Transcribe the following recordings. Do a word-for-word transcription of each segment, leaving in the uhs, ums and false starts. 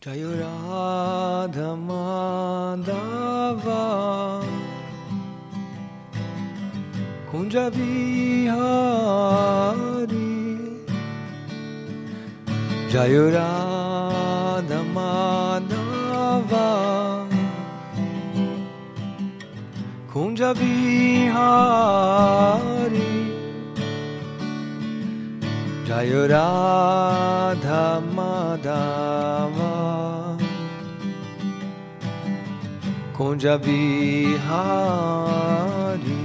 Jaya Radha Madhava Kunja Bihari Jaya Radha Madhava Kunja Bihari Jaya Radha Madhava Kunja Bihari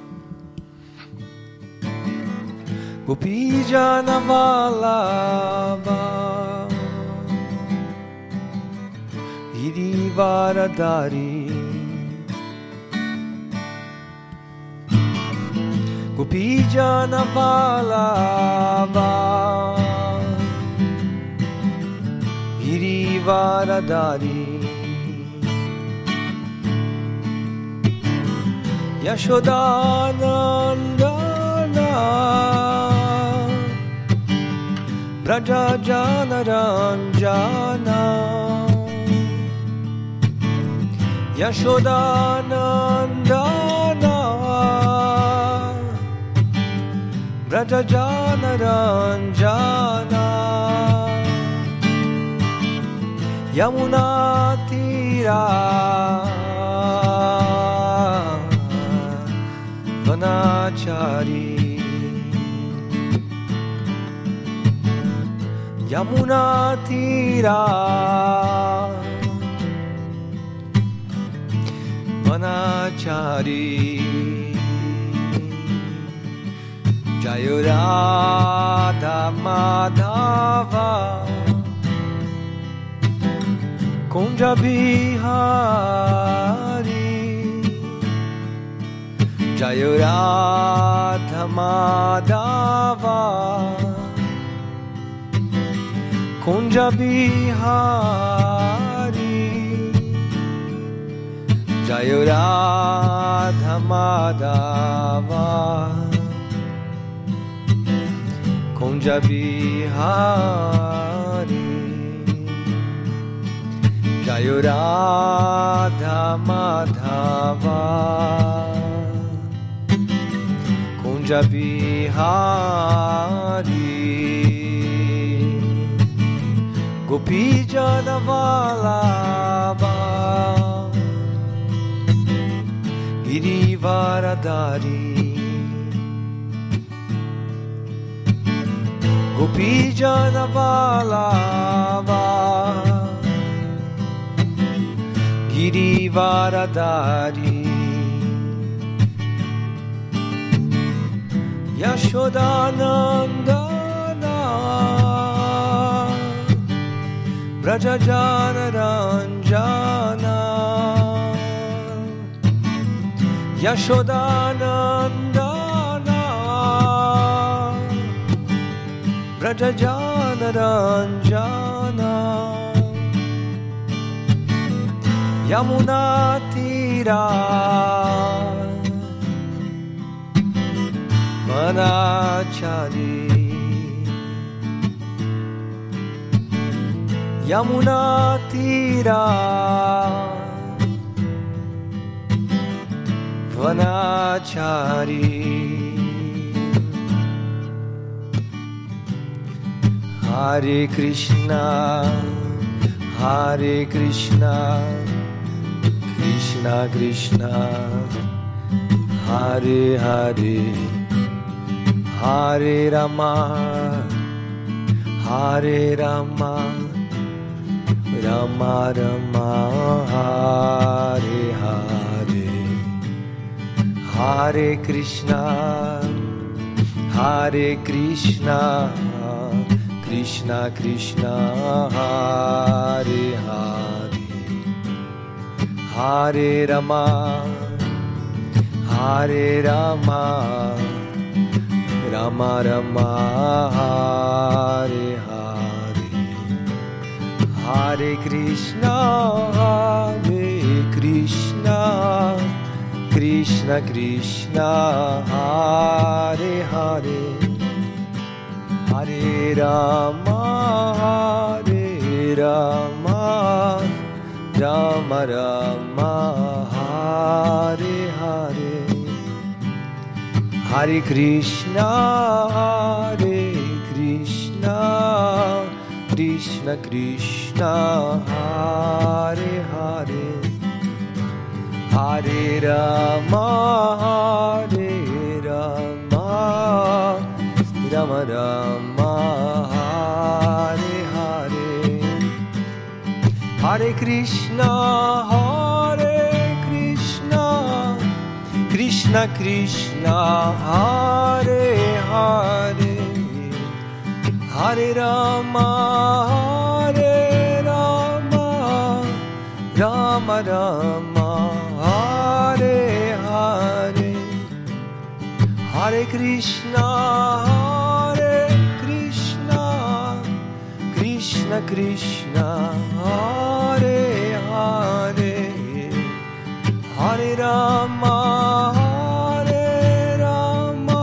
Gopijana Vallabha Girivaradari Gopijana Vallabha Girivaradari Yashodanandana Braja Jana Ranjana Yashodanandana Braja Jana Ranjana Yamuna Tira Vanachari Yamuna Tira Vanachari Jaya Radha Madhava Kunja Bihari Jaya Radha Madhava Kunja Bihari Jaya Radha Madhava Kunja Bihari Jaya Radha Madhava Kunja Bihari Gopijana Vallabha Girivaradari Gopijana Vallabha Girivaradari Yashodanandana Braja Jana Ranjana Yashodanandana Braja Jana Ranjana Yamuna Tira Vanachari Yamuna Tira Vanachari Hare Krishna Hare Krishna Krishna Krishna Hare Hare Hare Rama Hare Rama Rama Rama Hare Hare Hare Krishna Hare Krishna Krishna Krishna Hare Hare Hare Rama Hare Rama Rama Rama Hare Hare Hare Krishna Hare Krishna Krishna Krishna Hare Hare Hare Rama Hare Rama Rama Rama Hare Hare Hare Krishna Hare Krishna Krishna Krishna Hare Hare Hare Rama Hare Rama Rama Rama Hare Hare Hare Krishna Hare Krishna Krishna Krishna Hare Hare Hare Rama Hare Rama Rama Rama Hare Hare Hare Krishna Hare Krishna Krishna Krishna Hare Hare Hare Rama Hare Rama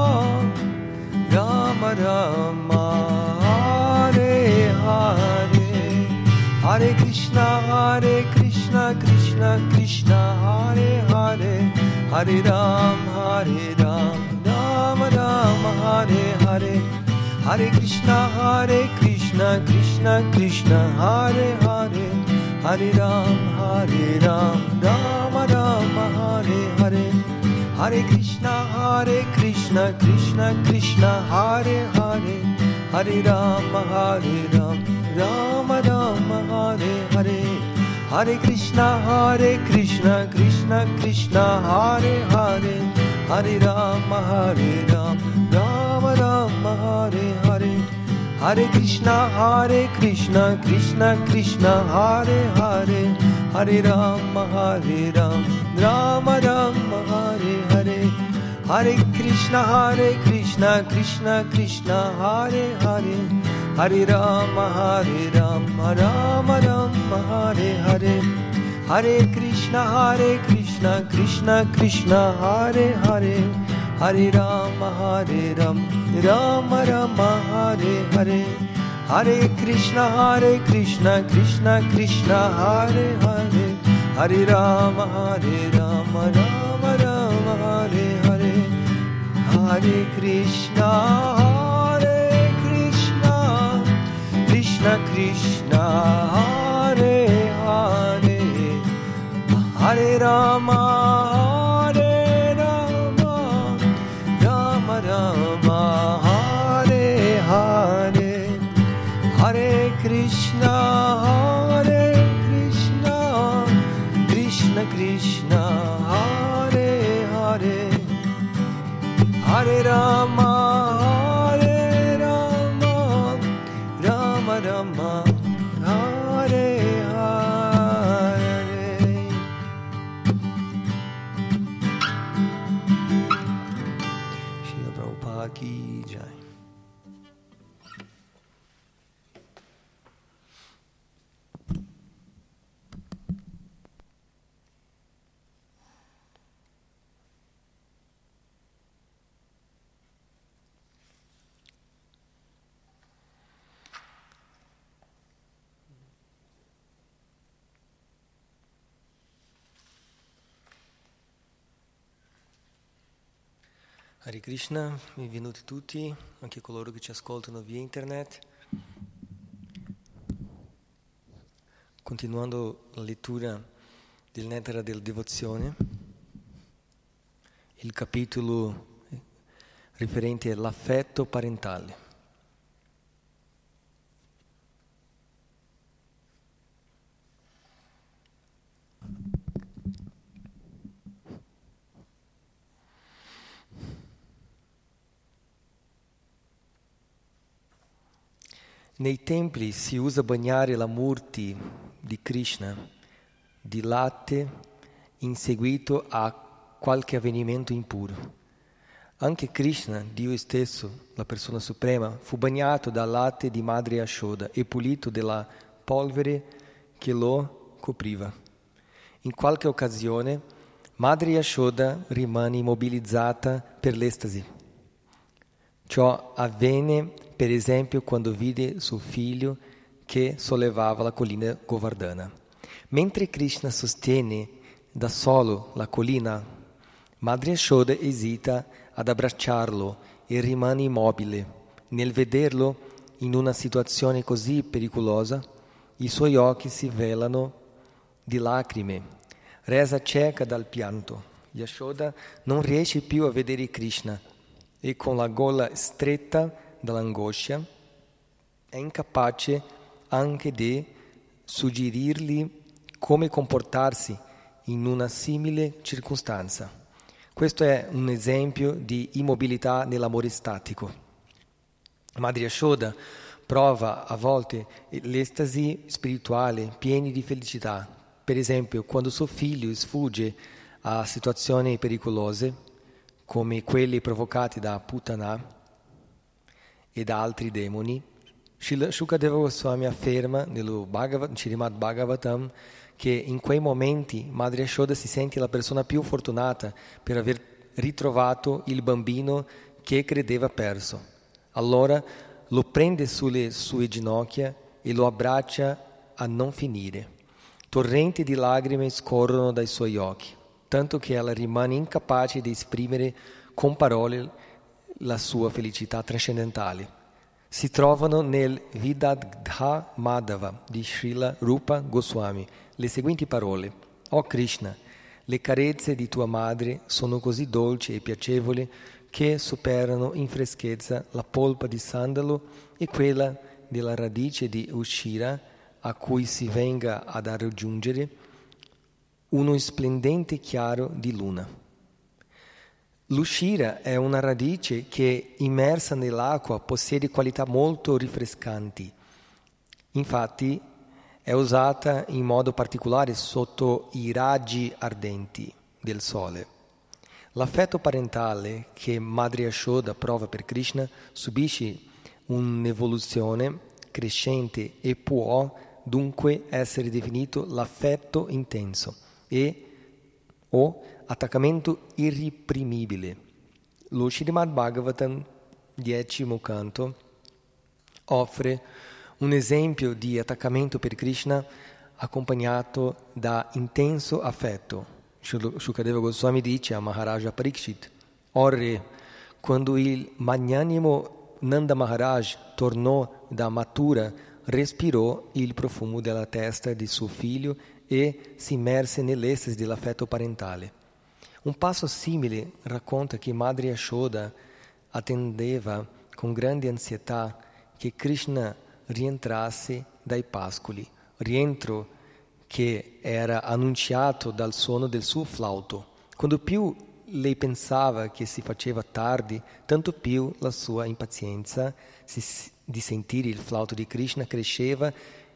Rama Rama Hare Hare Hare Krishna Hare Krishna Krishna Krishna Hare Hare Hare Ram Hare Ram Rama Rama Hare Hare Hare Krishna Hare Krishna Krishna Krishna Hare Hare Hare Ram Hare Ram Rama Rama Hare Hare Hare Krishna Hare Krishna Krishna Krishna Hare Hare Hare Rama Hare Ram Rama Rama Hare Hare Hare Krishna Hare Krishna Krishna Krishna Hare Hare Hare Rama Hare Ram Rama Rama Hare Hare Hare Krishna Hare Krishna Krishna Krishna Hare Hare Hare Rama Hare Ram Rama Rama Hare Hare Hare Krishna Hare Krishna Krishna Krishna Hare Hare Hare Rama Hare Rama Rama Rama Hare Hare Hare Krishna Hare Krishna Krishna Krishna Hare Hare Hare Rama Hare Ram Rama Rama Hare Hare Hare Krishna Hare Krishna Krishna Krishna Hare Hare Hare Rama Hare Rama Rama Rama Hare Hare Hare Krishna Hare Krishna Krishna Krishna Hare Hare Hare Rama Hare Rama Rama Rama Hare Hare Hare Krishna Hare Krishna Krishna Krishna Hare Hare Hare Rama Hare Rama Rama Rama Hare Hare Srila Prabhupada ki jai. Hare Krishna, benvenuti tutti, anche coloro che ci ascoltano via internet. Continuando la lettura del Nettara della Devozione, il capitolo riferente all'affetto parentale. Nei templi si usa bagnare la murti di Krishna di latte in seguito a qualche avvenimento impuro. Anche Krishna, Dio stesso, la persona suprema, fu bagnato dal latte di Madre Yashoda e pulito della polvere che lo copriva. In qualche occasione, Madre Yashoda rimane immobilizzata per l'estasi. Ciò avvenne, per esempio, quando vide suo figlio che sollevava la collina Govardhana. Mentre Krishna sostiene da solo la collina, Madre Yashoda esita ad abbracciarlo e rimane immobile. Nel vederlo in una situazione così pericolosa, i suoi occhi si velano di lacrime, resa cieca dal pianto. Yashoda non riesce più a vedere Krishna e con la gola stretta dall'angoscia è incapace anche di suggerirgli come comportarsi in una simile circostanza. Questo è un esempio di immobilità nell'amore statico. Madre Yashoda prova a volte l'estasi spirituale piena di felicità. Per esempio, quando suo figlio sfugge a situazioni pericolose, come quelle provocate da Putana e da altri demoni, Srila Shukadeva Goswami afferma nello Bhagavad, Srimad Bhagavatam che in quei momenti Madre Yashoda si sente la persona più fortunata per aver ritrovato il bambino che credeva perso. Allora lo prende sulle sue ginocchia e lo abbraccia a non finire. Torrenti di lacrime scorrono dai suoi occhi, tanto che ella rimane incapace di esprimere con parole la sua felicità trascendentale. Si trovano nel Vidagdha Madhava di Srila Rupa Goswami le seguenti parole: O Krishna, le carezze di tua madre sono così dolci e piacevoli che superano in freschezza la polpa di sandalo e quella della radice di uscira a cui si venga ad raggiungere uno splendente chiaro di luna. L'uscira è una radice che, immersa nell'acqua, possiede qualità molto rinfrescanti. Infatti, è usata in modo particolare sotto i raggi ardenti del sole. L'affetto parentale che Madre Yashoda prova per Krishna subisce un'evoluzione crescente e può dunque essere definito l'affetto intenso e o attaccamento irreprimibile. Lo Srimad Bhagavatam, decimo canto, offre un esempio di attaccamento per Krishna accompagnato da intenso affetto. Shukadeva Goswami dice a Maharaja Parikshit: O re, quando il magnanimo Nanda Maharaj tornò da Mathura, respirò il profumo della testa di suo figlio e si immerse nell'estasi dell'affetto parentale. Un passo simile racconta che Madre Yashoda attendeva con grande ansietà che Krishna rientrasse dai pascoli, rientro che era annunciato dal suono del suo flauto. Quando più lei pensava che si faceva tardi, tanto più la sua impazienza di sentire il flauto di Krishna cresceva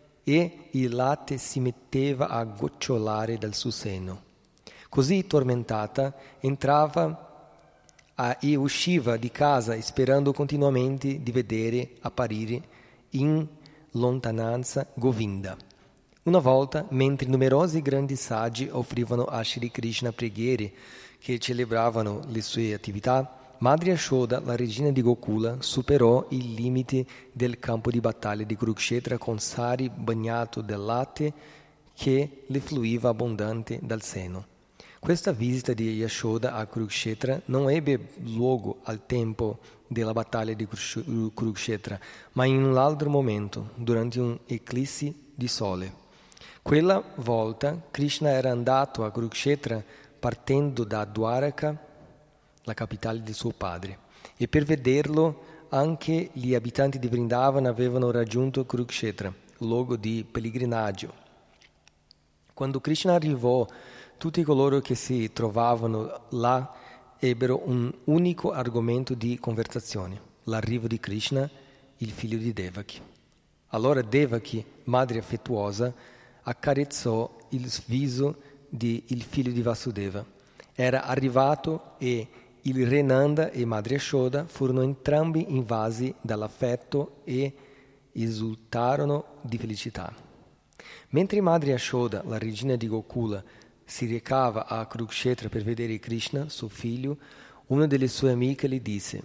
e il latte si metteva a gocciolare dal suo seno. Così tormentata, entrava a, e usciva di casa sperando continuamente di vedere apparire in lontananza Govinda. Una volta, mentre numerosi grandi saggi offrivano a Shri Krishna preghiere che celebravano le sue attività, Madre Yashoda, la regina di Gokula, superò il limite del campo di battaglia di Kurukshetra con sari bagnato del latte che le fluiva abbondante dal seno. Questa visita di Yashoda a Kurukshetra non ebbe luogo al tempo della battaglia di Kurukshetra, ma in un altro momento, durante un eclissi di sole. Quella volta Krishna era andato a Kurukshetra partendo da Dwaraka, la capitale di suo padre, e per vederlo anche gli abitanti di Vrindavan avevano raggiunto Kurukshetra, luogo di pellegrinaggio. Quando Krishna arrivò, tutti coloro che si trovavano là ebbero un unico argomento di conversazione: l'arrivo di Krishna, il figlio di Devaki. Allora Devaki, madre affettuosa, accarezzò il viso di il figlio di Vasudeva. Era arrivato e il re Nanda e Madre Yashoda furono entrambi invasi dall'affetto e esultarono di felicità. Mentre Madre Yashoda, la regina di Gokula, si recava a Kurukshetra per vedere Krishna, suo figlio, una delle sue amiche le disse: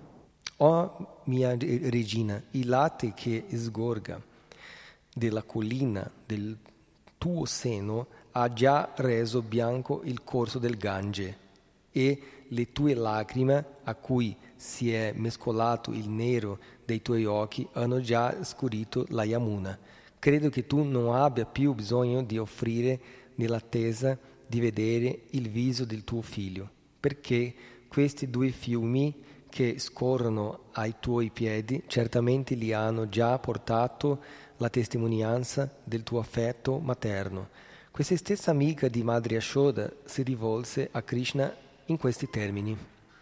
«O mia regina, il latte che sgorga della collina del tuo seno ha già reso bianco il corso del Gange e le tue lacrime, a cui si è mescolato il nero dei tuoi occhi, hanno già scurito la Yamuna. Credo che tu non abbia più bisogno di offrire nell'attesa di vedere il viso del tuo figlio, perché questi due fiumi che scorrono ai tuoi piedi certamente gli hanno già portato la testimonianza del tuo affetto materno. Questa stessa amica di Madre Yashoda si rivolse a Krishna in questi termini.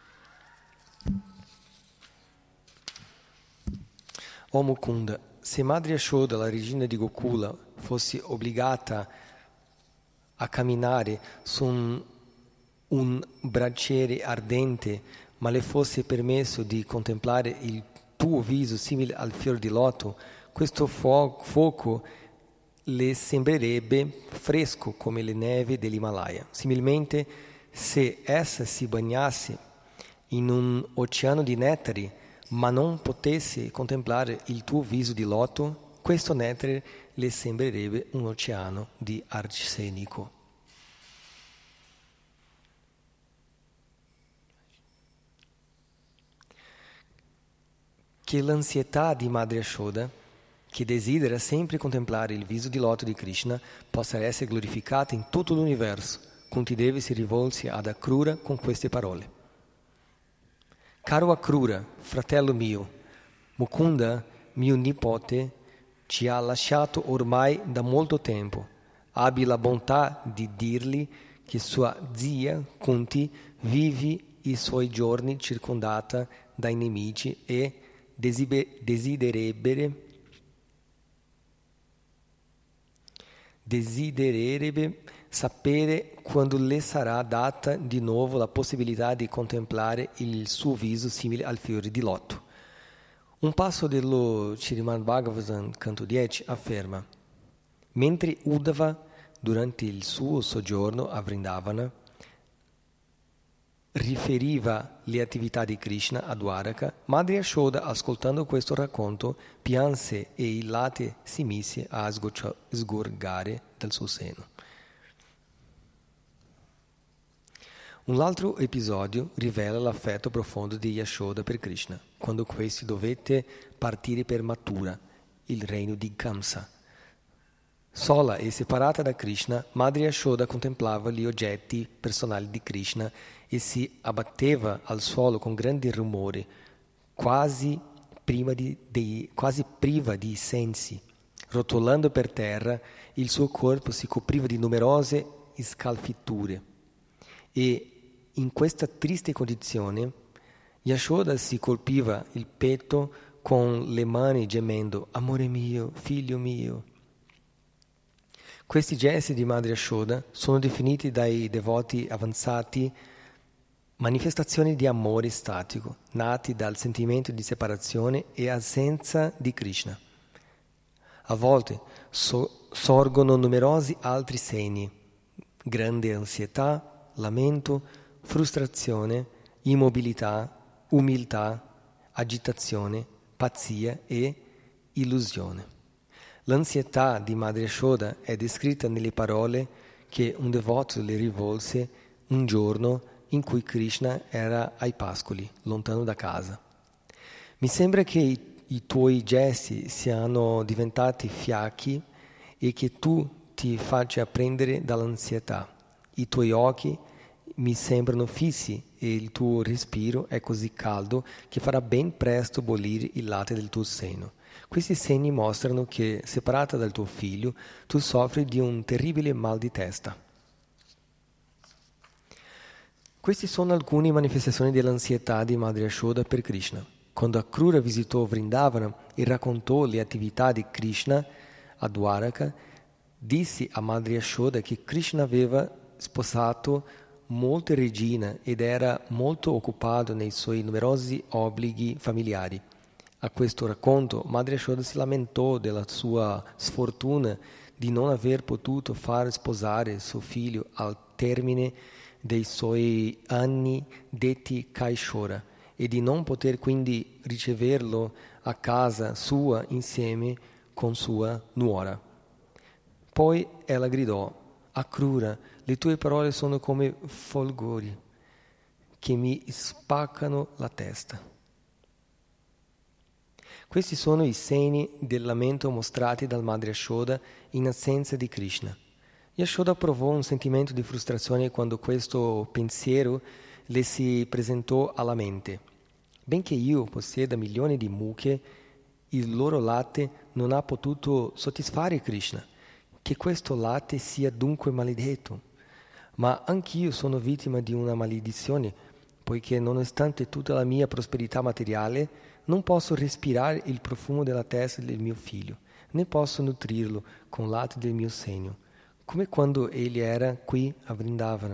O Mukunda, se Madre Yashoda, la regina di Gokula, fosse obbligata a camminare su un, un braciere ardente, ma le fosse permesso di contemplare il tuo viso simile al fior di loto, questo fuoco le sembrerebbe fresco come le nevi dell'Himalaya. Similmente, se essa si bagnasse in un oceano di nettari, ma non potesse contemplare il tuo viso di loto, questo nettare le sembrerebbe un oceano di arsenico. Che l'ansietà di Madre Yashoda, che desidera sempre contemplare il viso di loto di Krishna, possa essere glorificata in tutto l'universo. Kuntidevi si rivolse ad Akrura con queste parole. Caro Akrura, fratello mio, Mukunda, mio nipote, ci ha lasciato ormai da molto tempo. Abbi la bontà di dirgli che sua zia Kunti vive i suoi giorni circondata dai nemici e desidererebbe desidererebbe sapere quando le sarà data di nuovo la possibilità di contemplare il suo viso simile al fiore di loto. Un passo dello Srimad Bhagavatam, canto dieci, afferma: mentre Uddhava, durante il suo soggiorno a Vrindavana, riferiva le attività di Krishna a Dwaraka, Madre Yashoda, ascoltando questo racconto, pianse e il latte si mise a sgorgare dal suo seno. Un altro episodio rivela l'affetto profondo di Yashoda per Krishna, quando questi dovette partire per Mathura, il regno di Kamsa. Sola e separata da Krishna, Madre Yashoda contemplava gli oggetti personali di Krishna e si abbatteva al suolo con grande rumore, quasi, prima di, dei, quasi priva di sensi. Rotolando per terra, il suo corpo si copriva di numerose scalfitture. E in questa triste condizione, Yashoda si colpiva il petto con le mani gemendo: amore mio, figlio mio. Questi gesti di Madre Yashoda sono definiti dai devoti avanzati manifestazioni di amore statico, nati dal sentimento di separazione e assenza di Krishna. A volte so- sorgono numerosi altri segni: grande ansietà, lamento, frustrazione, immobilità, umiltà, agitazione, pazzia e illusione. L'ansietà di Madre Yashoda è descritta nelle parole che un devoto le rivolse un giorno in cui Krishna era ai pascoli, lontano da casa. Mi sembra che i, i tuoi gesti siano diventati fiacchi e che tu ti faccia prendere dall'ansietà. I tuoi occhi mi sembrano fissi e il tuo respiro è così caldo che farà ben presto bollire il latte del tuo seno. Questi segni mostrano che, separata dal tuo figlio, tu soffri di un terribile mal di testa. Queste sono alcune manifestazioni dell'ansietà di Madre Yashoda per Krishna. Quando Akrura visitò Vrindavana e raccontò le attività di Krishna a Dwaraka, disse a Madre Yashoda che Krishna aveva sposato molte regine ed era molto occupato nei suoi numerosi obblighi familiari. A questo racconto, Madre Yashoda si lamentò della sua sfortuna di non aver potuto far sposare suo figlio al termine dei suoi anni detti Kaishora e di non poter quindi riceverlo a casa sua insieme con sua nuora. Poi ella gridò: Akrura, le tue parole sono come folgori che mi spaccano la testa. Questi sono i segni del lamento mostrati dal Madre Yashoda in assenza di Krishna. Yashoda provò un sentimento di frustrazione quando questo pensiero le si presentò alla mente. Benché io possieda milioni di mucche, il loro latte non ha potuto soddisfare Krishna. Che questo latte sia dunque maledetto. Ma anch'io sono vittima di una maledizione, poiché nonostante tutta la mia prosperità materiale, non posso respirare il profumo della testa del mio figlio, né posso nutrirlo con latte del mio seno, come quando egli era qui a Vrindavana.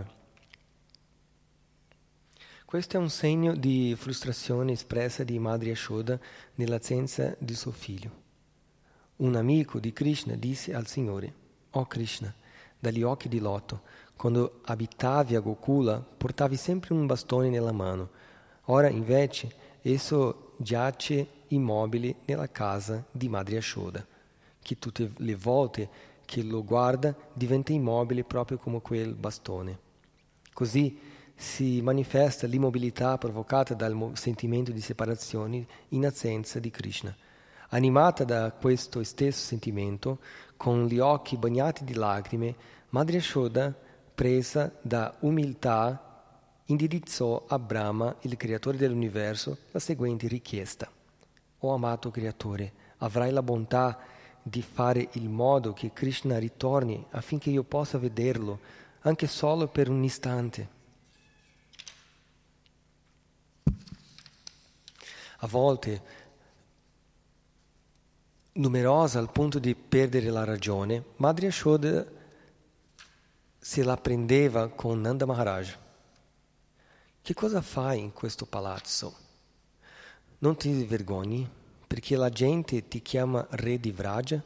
Questo è un segno di frustrazione espressa di Madre Yashoda nell'assenza di suo figlio. Un amico di Krishna disse al Signore: «Oh Krishna, dagli occhi di loto, quando abitavi a Gokula portavi sempre un bastone nella mano. Ora invece esso giace immobile nella casa di Madre Yashoda, che tutte le volte che lo guarda diventa immobile proprio come quel bastone». Così si manifesta l'immobilità provocata dal sentimento di separazione in assenza di Krishna. Animata da questo stesso sentimento, con gli occhi bagnati di lacrime, Madre Yashoda, presa da umiltà, indirizzò a Brahma, il creatore dell'universo, la seguente richiesta: «O amato creatore, avrai la bontà di fare in modo che Krishna ritorni affinché io possa vederlo, anche solo per un istante». A volte, numerosa al punto di perdere la ragione, Madre Yashoda se la prendeva con Nanda Maharaj. «Che cosa fai in questo palazzo? Non ti vergogni perché la gente ti chiama re di Vraja?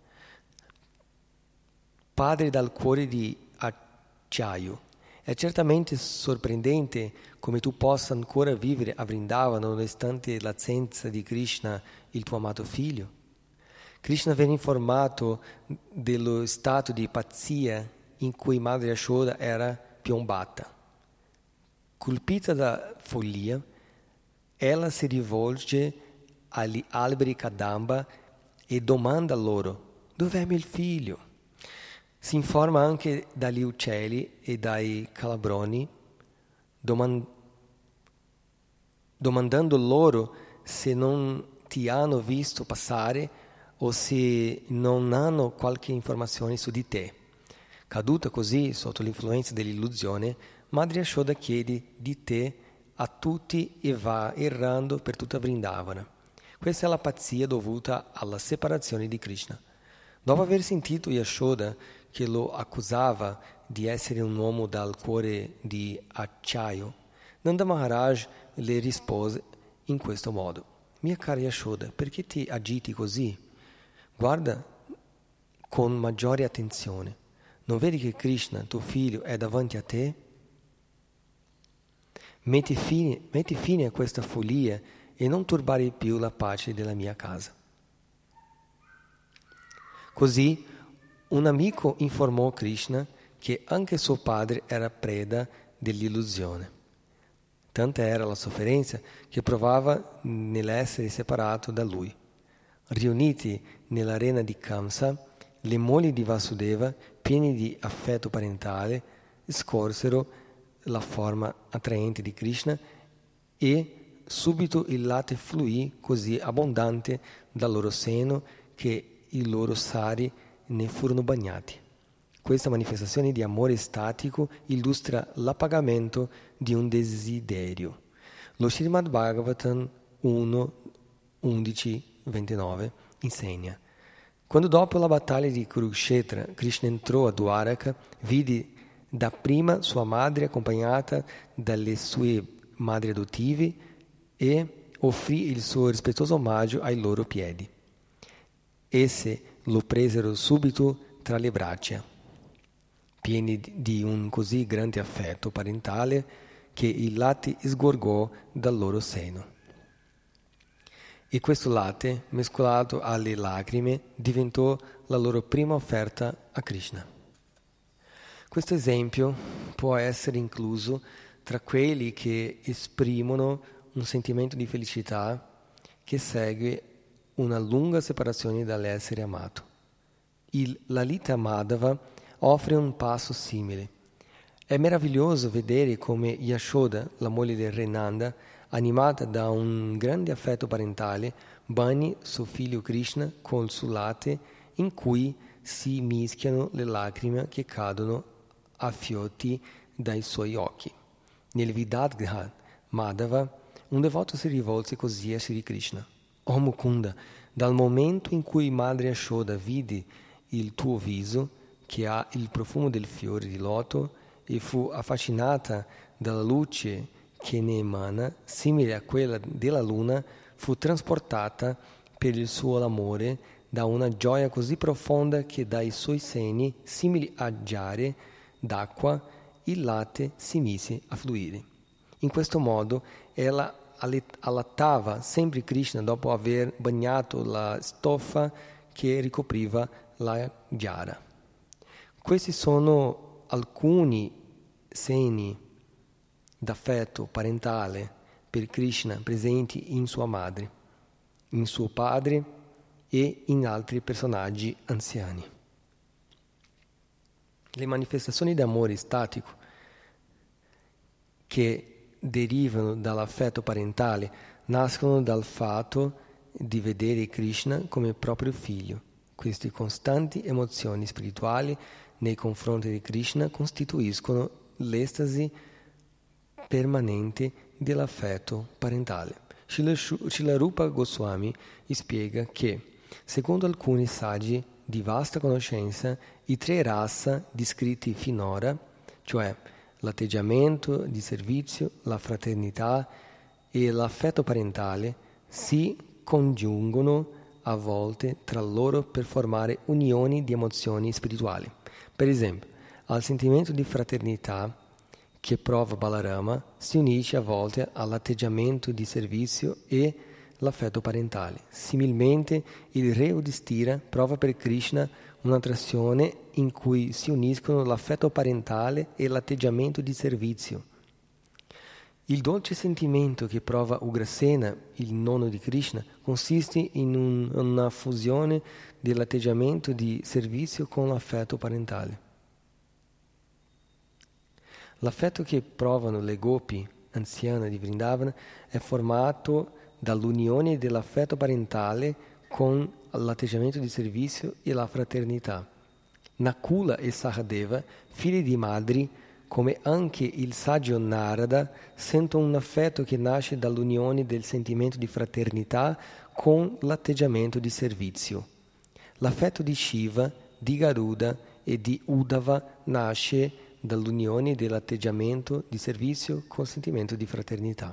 Padre dal cuore di acciaio. È certamente sorprendente come tu possa ancora vivere a Vrindavana nonostante l'assenza di Krishna, il tuo amato figlio». Krishna venne informato dello stato di pazzia in cui Madre Yashoda era piombata. Colpita da follia, ella si rivolge agli alberi Kadamba e domanda loro: «Dov'è mio figlio?» Si informa anche dagli uccelli e dai calabroni, domand- domandando loro se non ti hanno visto passare o se non hanno qualche informazione su di te. Caduta così sotto l'influenza dell'illusione, Madre Yashoda chiede di te a tutti e va errando per tutta Vrindavana. Questa è la pazzia dovuta alla separazione di Krishna. Dopo aver sentito Yashoda che lo accusava di essere un uomo dal cuore di acciaio, Nanda Maharaj le rispose in questo modo: «Mia cara Yashoda, perché ti agiti così? Guarda con maggiore attenzione. Non vedi che Krishna, tuo figlio, è davanti a te? Metti fine, metti fine a questa follia e non turbare più la pace della mia casa». Così un amico informò Krishna che anche suo padre era preda dell'illusione. Tanta era la sofferenza che provava nell'essere separato da lui. Riuniti nell'arena di Kamsa, le mogli di Vasudeva, pieni di affetto parentale, scorsero la forma attraente di Krishna e subito il latte fluì così abbondante dal loro seno che i loro sari ne furono bagnati. Questa manifestazione di amore statico illustra l'appagamento di un desiderio. Lo Srimad Bhagavatam uno, undici, ventinove insegna: quando dopo la battaglia di Kurukshetra Krishna entrò a Dwaraka, vide dapprima sua madre accompagnata dalle sue madri adottive e offrì il suo rispettoso omaggio ai loro piedi. Esse lo presero subito tra le braccia, pieni di un così grande affetto parentale che il latte sgorgò dal loro seno. E questo latte, mescolato alle lacrime, diventò la loro prima offerta a Krishna. Questo esempio può essere incluso tra quelli che esprimono un sentimento di felicità che segue una lunga separazione dall'essere amato. Il Lalita Madhava offre un passo simile. È meraviglioso vedere come Yashoda, la moglie del re Nanda, animata da un grande affetto parentale, bagni suo figlio Krishna col suo latte in cui si mischiano le lacrime che cadono a fiotti dai suoi occhi. Nel Vidadgha Madhava, un devoto si rivolse così a Sri Krishna: "O Mukunda, dal momento in cui Madre Yashoda vide il tuo viso, che ha il profumo del fiore di loto, e fu affascinata dalla luce che ne emana, simile a quella della luna, fu trasportata per il suo amore da una gioia così profonda che dai suoi seni, simili a giare d'acqua, il latte si mise a fluire. In questo modo ella allattava sempre Krishna dopo aver bagnato la stoffa che ricopriva la giara." Questi sono alcuni segni d'affetto parentale per Krishna presenti in sua madre, in suo padre e in altri personaggi anziani. Le manifestazioni d'amore statico che derivano dall'affetto parentale nascono dal fatto di vedere Krishna come proprio figlio. Queste costanti emozioni spirituali nei confronti di Krishna costituiscono l'estasi permanente dell'affetto parentale. Srila Rupa Goswami spiega che, secondo alcuni saggi di vasta conoscenza, i tre rasa descritti finora, cioè l'atteggiamento di servizio, la fraternità e l'affetto parentale, si congiungono a volte tra loro per formare unioni di emozioni spirituali. Per esempio, al sentimento di fraternità che prova Balarama si unisce a volte all'atteggiamento di servizio e l'affetto parentale. Similmente, il re Yudhishthira prova per Krishna un'attrazione in cui si uniscono l'affetto parentale e l'atteggiamento di servizio. Il dolce sentimento che prova Ugrasena, il nonno di Krishna, consiste in un, una fusione dell'atteggiamento di servizio con l'affetto parentale. L'affetto che provano le gopi anziane di Vrindavana è formato dall'unione dell'affetto parentale con l'atteggiamento di servizio e la fraternità. Nakula e Sahadeva, figli di madri, come anche il saggio Narada, sentono un affetto che nasce dall'unione del sentimento di fraternità con l'atteggiamento di servizio. L'affetto di Shiva, di Garuda e di Uddhava nasce dall'unione dell'atteggiamento di servizio col sentimento di fraternità.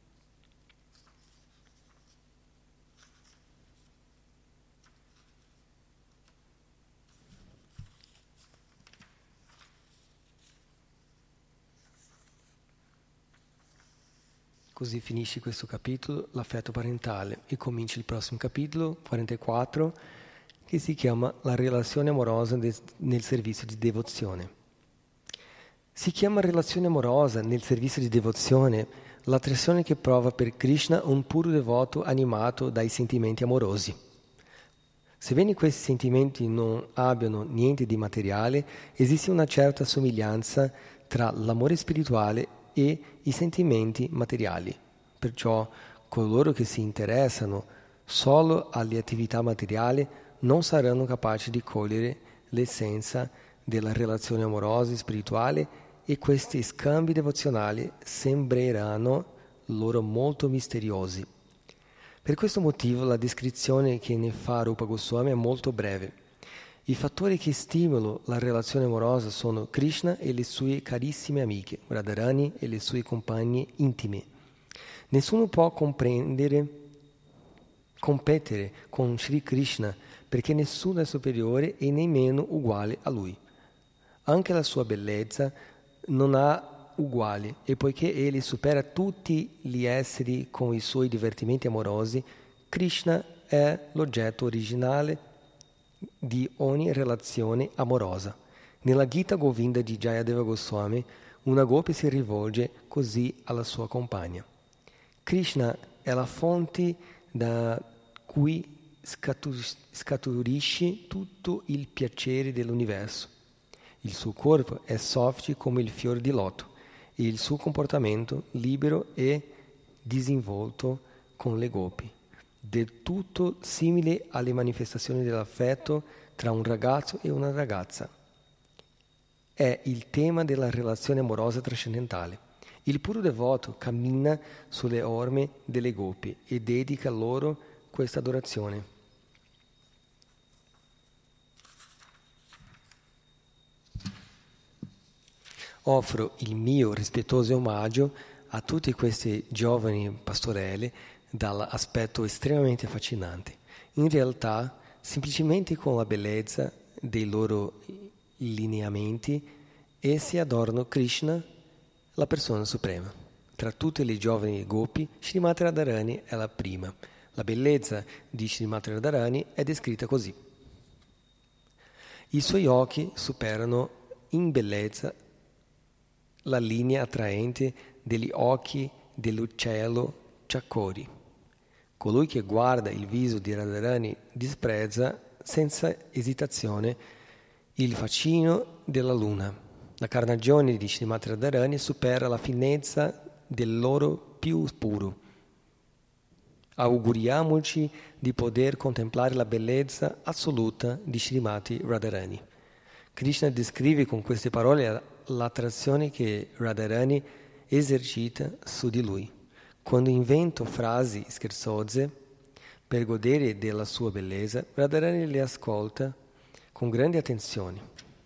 Così finisce questo capitolo, l'affetto parentale, e comincia il prossimo capitolo, quarantaquattro, che si chiama la relazione amorosa nel servizio di devozione. Si chiama relazione amorosa nel servizio di devozione l'attrazione che prova per Krishna un puro devoto animato dai sentimenti amorosi. Sebbene questi sentimenti non abbiano niente di materiale, esiste una certa somiglianza tra l'amore spirituale e i sentimenti materiali. Perciò coloro che si interessano solo alle attività materiali non saranno capaci di cogliere l'essenza della relazione amorosa e spirituale, e questi scambi devozionali sembreranno loro molto misteriosi. Per questo motivo la descrizione che ne fa Rupa Goswami è molto breve. I fattori che stimolano la relazione amorosa sono Krishna e le sue carissime amiche, Radharani e le sue compagne intime. Nessuno può comprendere, competere con Sri Krishna perché nessuno è superiore e nemmeno uguale a lui. Anche la sua bellezza non ha uguali, e poiché egli supera tutti gli esseri con i suoi divertimenti amorosi, Krishna è l'oggetto originale di ogni relazione amorosa. Nella Gita Govinda di Jayadeva Goswami, una gopi si rivolge così alla sua compagna. Krishna è la fonte da cui scaturisce tutto il piacere dell'universo. Il suo corpo è soffice come il fior di loto e il suo comportamento libero e disinvolto con le gopi, del tutto simile alle manifestazioni dell'affetto tra un ragazzo e una ragazza. È il tema della relazione amorosa trascendentale. Il puro devoto cammina sulle orme delle gopi e dedica loro questa adorazione. Offro il mio rispettoso omaggio a tutte queste giovani pastorelle dall'aspetto estremamente affascinante. In realtà, semplicemente con la bellezza dei loro lineamenti, essi adorano Krishna, la persona suprema. Tra tutte le giovani gopi, Srimati Radharani è la prima. La bellezza di Srimati Radharani è descritta così. I suoi occhi superano in bellezza la linea attraente degli occhi dell'uccello Chakori. Colui che guarda il viso di Radharani disprezza senza esitazione il fascino della luna. La carnagione di Srimati Radharani supera la finezza dell'oro più puro. Auguriamoci di poter contemplare la bellezza assoluta di Srimati Radharani. Krishna descrive con queste parole l'attrazione che Radharani esercita su di lui. Quando invento frasi scherzose per godere della sua bellezza, Radharani le ascolta con grande attenzione,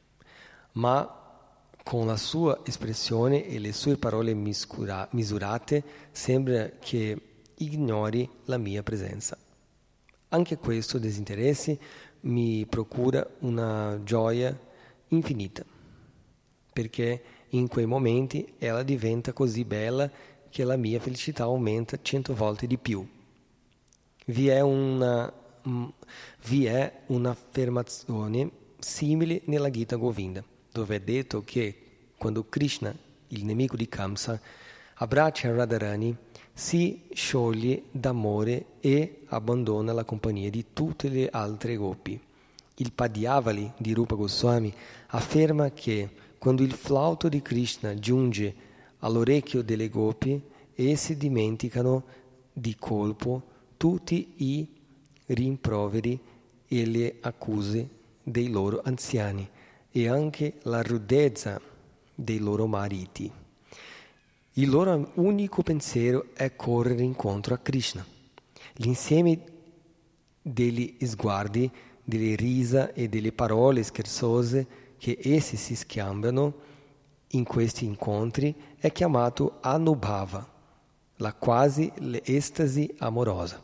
ma con la sua espressione e le sue parole miscura- misurate sembra che ignori la mia presenza. Anche questo disinteresse mi procura una gioia infinita, perché in quei momenti ella diventa così bella che la mia felicità aumenta cento volte di più. Vi è una, vi è un'affermazione simile nella Gita Govinda, dove è detto che quando Krishna, il nemico di Kamsa, abbraccia Radharani, si scioglie d'amore e abbandona la compagnia di tutte le altre gopi. Il Padyavali di Rupa Goswami afferma che quando il flauto di Krishna giunge all'orecchio delle gopi, essi dimenticano di colpo tutti i rimproveri e le accuse dei loro anziani e anche la rudezza dei loro mariti. Il loro unico pensiero è correre incontro a Krishna. L'insieme degli sguardi, delle risa e delle parole scherzose che essi si scambiano in questi incontri è chiamato Anubhava, la quasi l'estasi amorosa.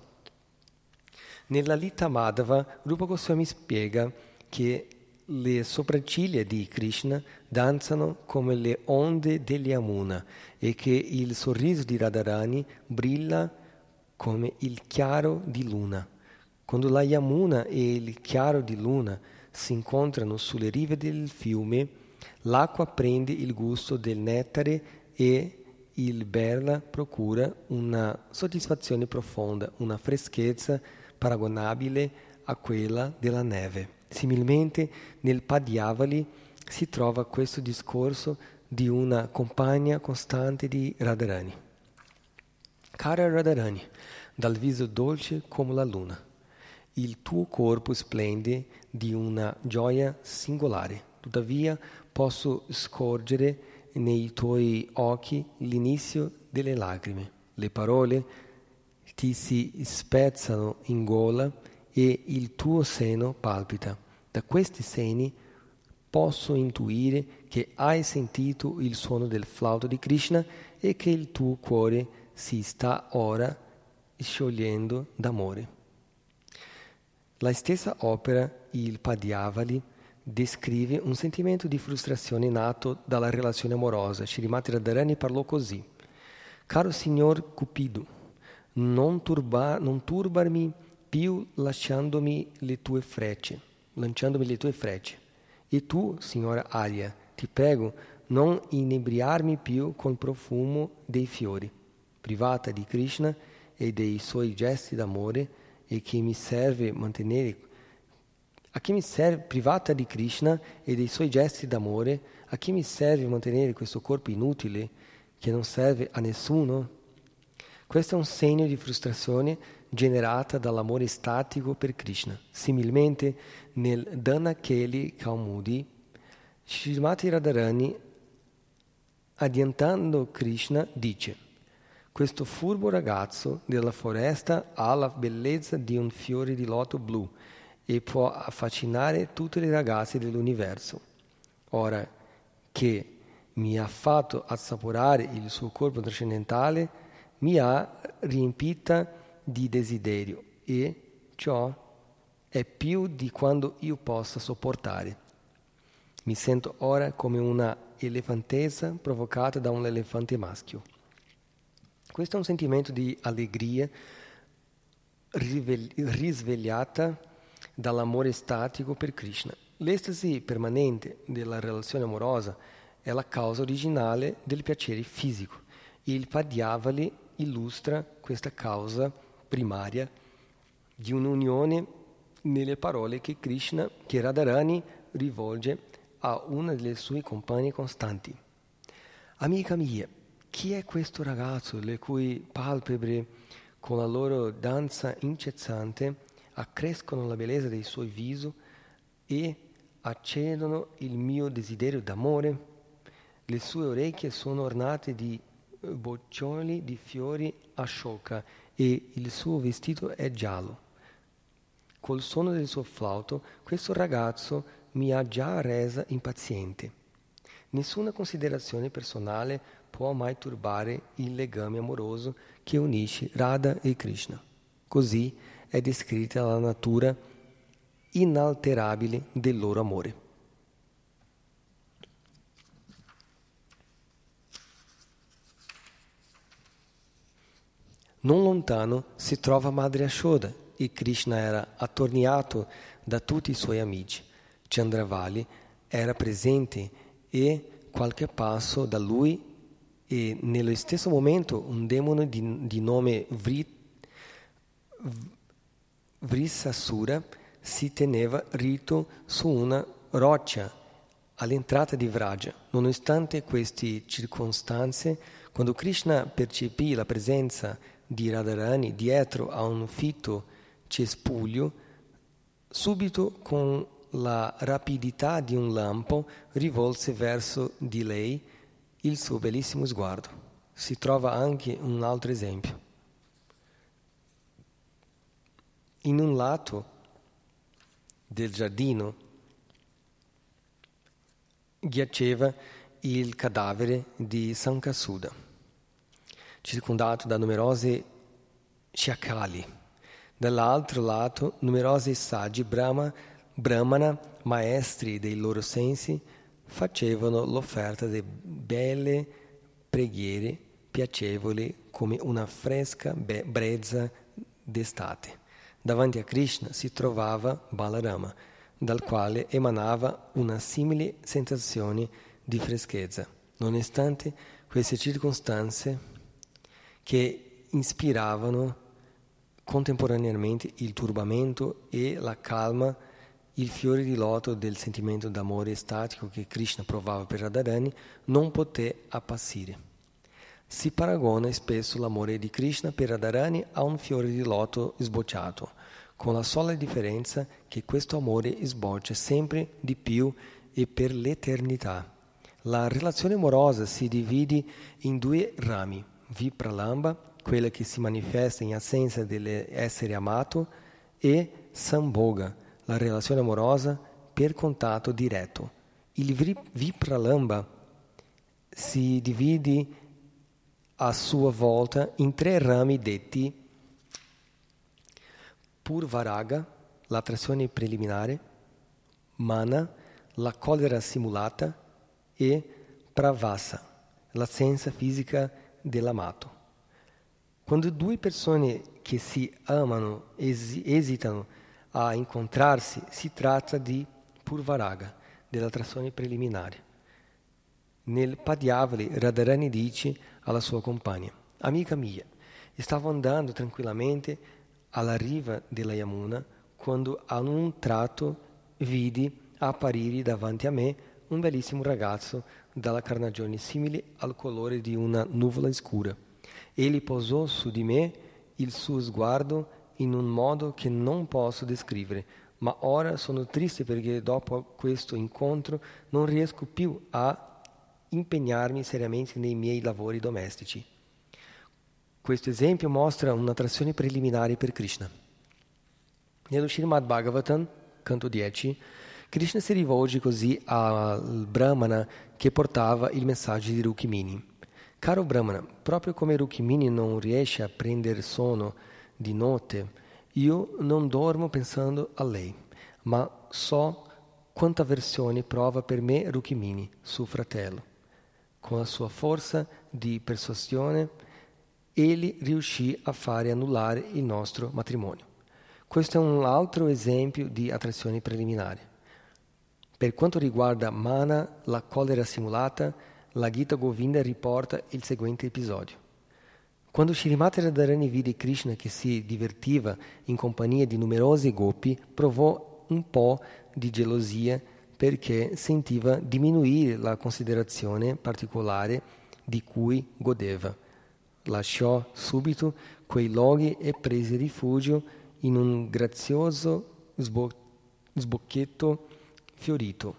Nella Lita Madhava, Rupa Goswami spiega che le sopracciglia di Krishna danzano come le onde degli Yamuna e che il sorriso di Radharani brilla come il chiaro di luna. Quando la Yamuna e il chiaro di luna si incontrano sulle rive del fiume, l'acqua prende il gusto del nettare e il berla procura una soddisfazione profonda, una freschezza paragonabile a quella della neve. Similmente nel Padyavali si trova questo discorso di una compagna costante di Radharani. Cara Radharani, dal viso dolce come la luna, il tuo corpo splende di una gioia singolare, tuttavia posso scorgere nei tuoi occhi l'inizio delle lacrime. Le parole ti si spezzano in gola e il tuo seno palpita. Da questi seni posso intuire che hai sentito il suono del flauto di Krishna e che il tuo cuore si sta ora sciogliendo d'amore. La stessa opera, il Padyavali, descrive un sentimento di frustrazione nato dalla relazione amorosa. Srimati Radharani parlò così: caro signor Cupido, non, turba, non turbarmi più lasciandomi le tue frecce. lanciandomi le tue frecce. E tu, signora Arya, ti prego, non inebriarmi più col profumo dei fiori, privata di Krishna e dei suoi gesti d'amore, e che mi serve mantenere a chi mi serve privata di Krishna e dei suoi gesti d'amore, a chi mi serve mantenere questo corpo inutile che non serve a nessuno? Questo è un segno di frustrazione generata dall'amore statico per Krishna. Similmente nel Dhanakeli Kaumudi, Srimati Radharani, addiantando Krishna, dice: questo furbo ragazzo della foresta ha la bellezza di un fiore di loto blu e può affascinare tutte le ragazze dell'universo. Ora che mi ha fatto assaporare il suo corpo trascendentale, mi ha riempita di desiderio, e ciò è più di quanto io possa sopportare. Mi sento ora come una elefantessa provocata da un elefante maschio. Questo è un sentimento di allegria risvegliata dall'amore statico per Krishna. L'estasi permanente della relazione amorosa è la causa originale del piacere fisico. Il Padyavali illustra questa causa primaria di un'unione nelle parole che Krishna, che Radharani rivolge a una delle sue compagne costanti. Amica mia, chi è questo ragazzo le cui palpebre con la loro danza incessante accrescono la bellezza del suo viso e accendono il mio desiderio d'amore? Le sue orecchie sono ornate di boccioli di fiori ashoka e il suo vestito è giallo. Col suono del suo flauto, questo ragazzo mi ha già resa impaziente. Nessuna considerazione personale può mai turbare il legame amoroso che unisce Radha e Krishna. Così è descritta la natura inalterabile del loro amore. Non lontano si trova Madre Yashoda e Krishna era attorniato da tutti i suoi amici. Chandravali era presente e qualche passo da lui, e nello stesso momento un demone di, di nome Vrit, Vrisasura si teneva rito su una roccia all'entrata di Vraja. Nonostante queste circostanze, quando Krishna percepì la presenza di Radharani dietro a un fitto cespuglio, subito con la rapidità di un lampo rivolse verso di lei il suo bellissimo sguardo. Si trova anche un altro esempio. In un lato del giardino giaceva il cadavere di Sankasuda, circondato da numerosi sciacalli. Dall'altro lato, numerosi saggi Brahma, Brahmana, maestri dei loro sensi, facevano l'offerta di belle preghiere piacevoli come una fresca be- brezza d'estate. Davanti a Krishna si trovava Balarama, dal quale emanava una simile sensazione di freschezza. Nonostante queste circostanze che ispiravano contemporaneamente il turbamento e la calma, il fiore di loto del sentimento d'amore estatico che Krishna provava per Radharani non poté appassire. Si paragona spesso l'amore di Krishna per Radharani a un fiore di loto sbocciato, con la sola differenza che questo amore sboccia sempre di più e per l'eternità. La relazione amorosa si divide in due rami: Vipralamba, quella che si manifesta in assenza dell'essere amato, e Sambhoga, la relazione amorosa per contatto diretto. Il Vipralamba si divide a sua volta in tre rami detti Purvaraga, l'attrazione preliminare, Mana, la collera simulata, e Pravasa, l'assenza fisica dell'amato. Quando due persone che si amano esi- esitano a incontrarsi, si tratta di Purvaraga, dell'attrazione preliminare. Nel Padyavali, Radharani dice alla sua compagna: amica mia, stavo andando tranquillamente alla riva della Yamuna quando a un tratto vidi apparire davanti a me un bellissimo ragazzo dalla carnagione simile al colore di una nuvola scura. Egli posò su di me il suo sguardo in un modo che non posso descrivere, ma ora sono triste perché dopo questo incontro non riesco più a impegnarmi seriamente nei miei lavori domestici. Questo esempio mostra un'attrazione preliminare per Krishna. Nello Srimad Bhagavatam, canto dieci, Krishna si rivolge così al Brahmana che portava il messaggio di Rukmini. Caro Brahmana, proprio come Rukmini non riesce a prendere sonno di notte, io non dormo pensando a lei, ma so quanta avversione prova per me Rukmini, suo fratello. Con la sua forza di persuasione, egli riuscì a fare annullare il nostro matrimonio. Questo è un altro esempio di attrazione preliminare. Per quanto riguarda Mana, la collera simulata, la Gita Govinda riporta il seguente episodio. Quando Shrimati Radharani vide Krishna che si divertiva in compagnia di numerosi gopi, provò un po' di gelosia perché sentiva diminuire la considerazione particolare di cui godeva. Lasciò subito quei luoghi e prese rifugio in un grazioso sbo- sbocchetto fiorito,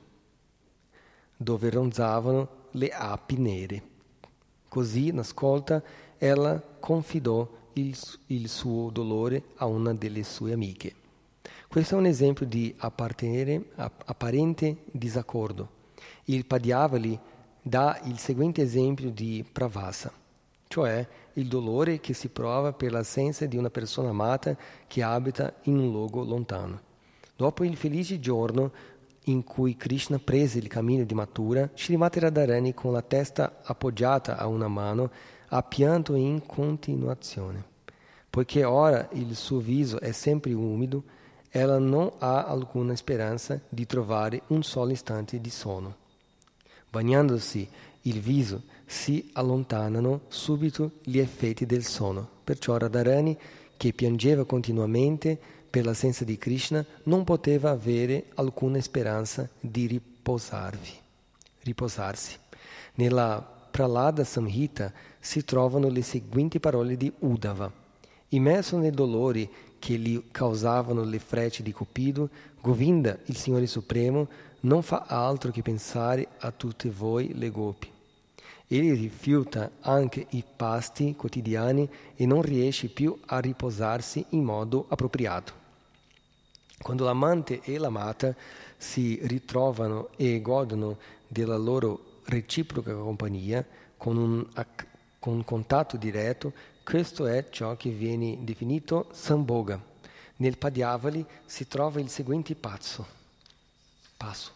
dove ronzavano le api nere. Così, nascolta, ella confidò il, il suo dolore a una delle sue amiche. Questo è un esempio di apparente disaccordo. Il Padyavali dà il seguente esempio di pravasa, cioè il dolore che si prova per l'assenza di una persona amata che abita in un luogo lontano. Dopo il felice giorno in cui Krishna prese il cammino di Mathura, Srimati Radharani, con la testa appoggiata a una mano, ha pianto in continuazione. Poiché ora il suo viso è sempre umido, ella non ha alcuna speranza di trovare un solo istante di sonno. Bagnandosi il viso si allontanano subito gli effetti del sonno. Perciò Radharani, che piangeva continuamente per l'assenza di Krishna, non poteva avere alcuna speranza di riposarvi, riposarsi. Nella Prahlada Samhita si trovano le seguenti parole di Uddhava. Immerso nei dolori che gli causavano le frecce di Cupido, Govinda, il Signore Supremo, non fa altro che pensare a tutte voi le gopi. Egli rifiuta anche i pasti quotidiani e non riesce più a riposarsi in modo appropriato. Quando l'amante e l'amata si ritrovano e godono della loro reciproca compagnia con un, con un contatto diretto, questo è ciò che viene definito Sambhoga. Nel Padyavali si trova il seguente passo. passo.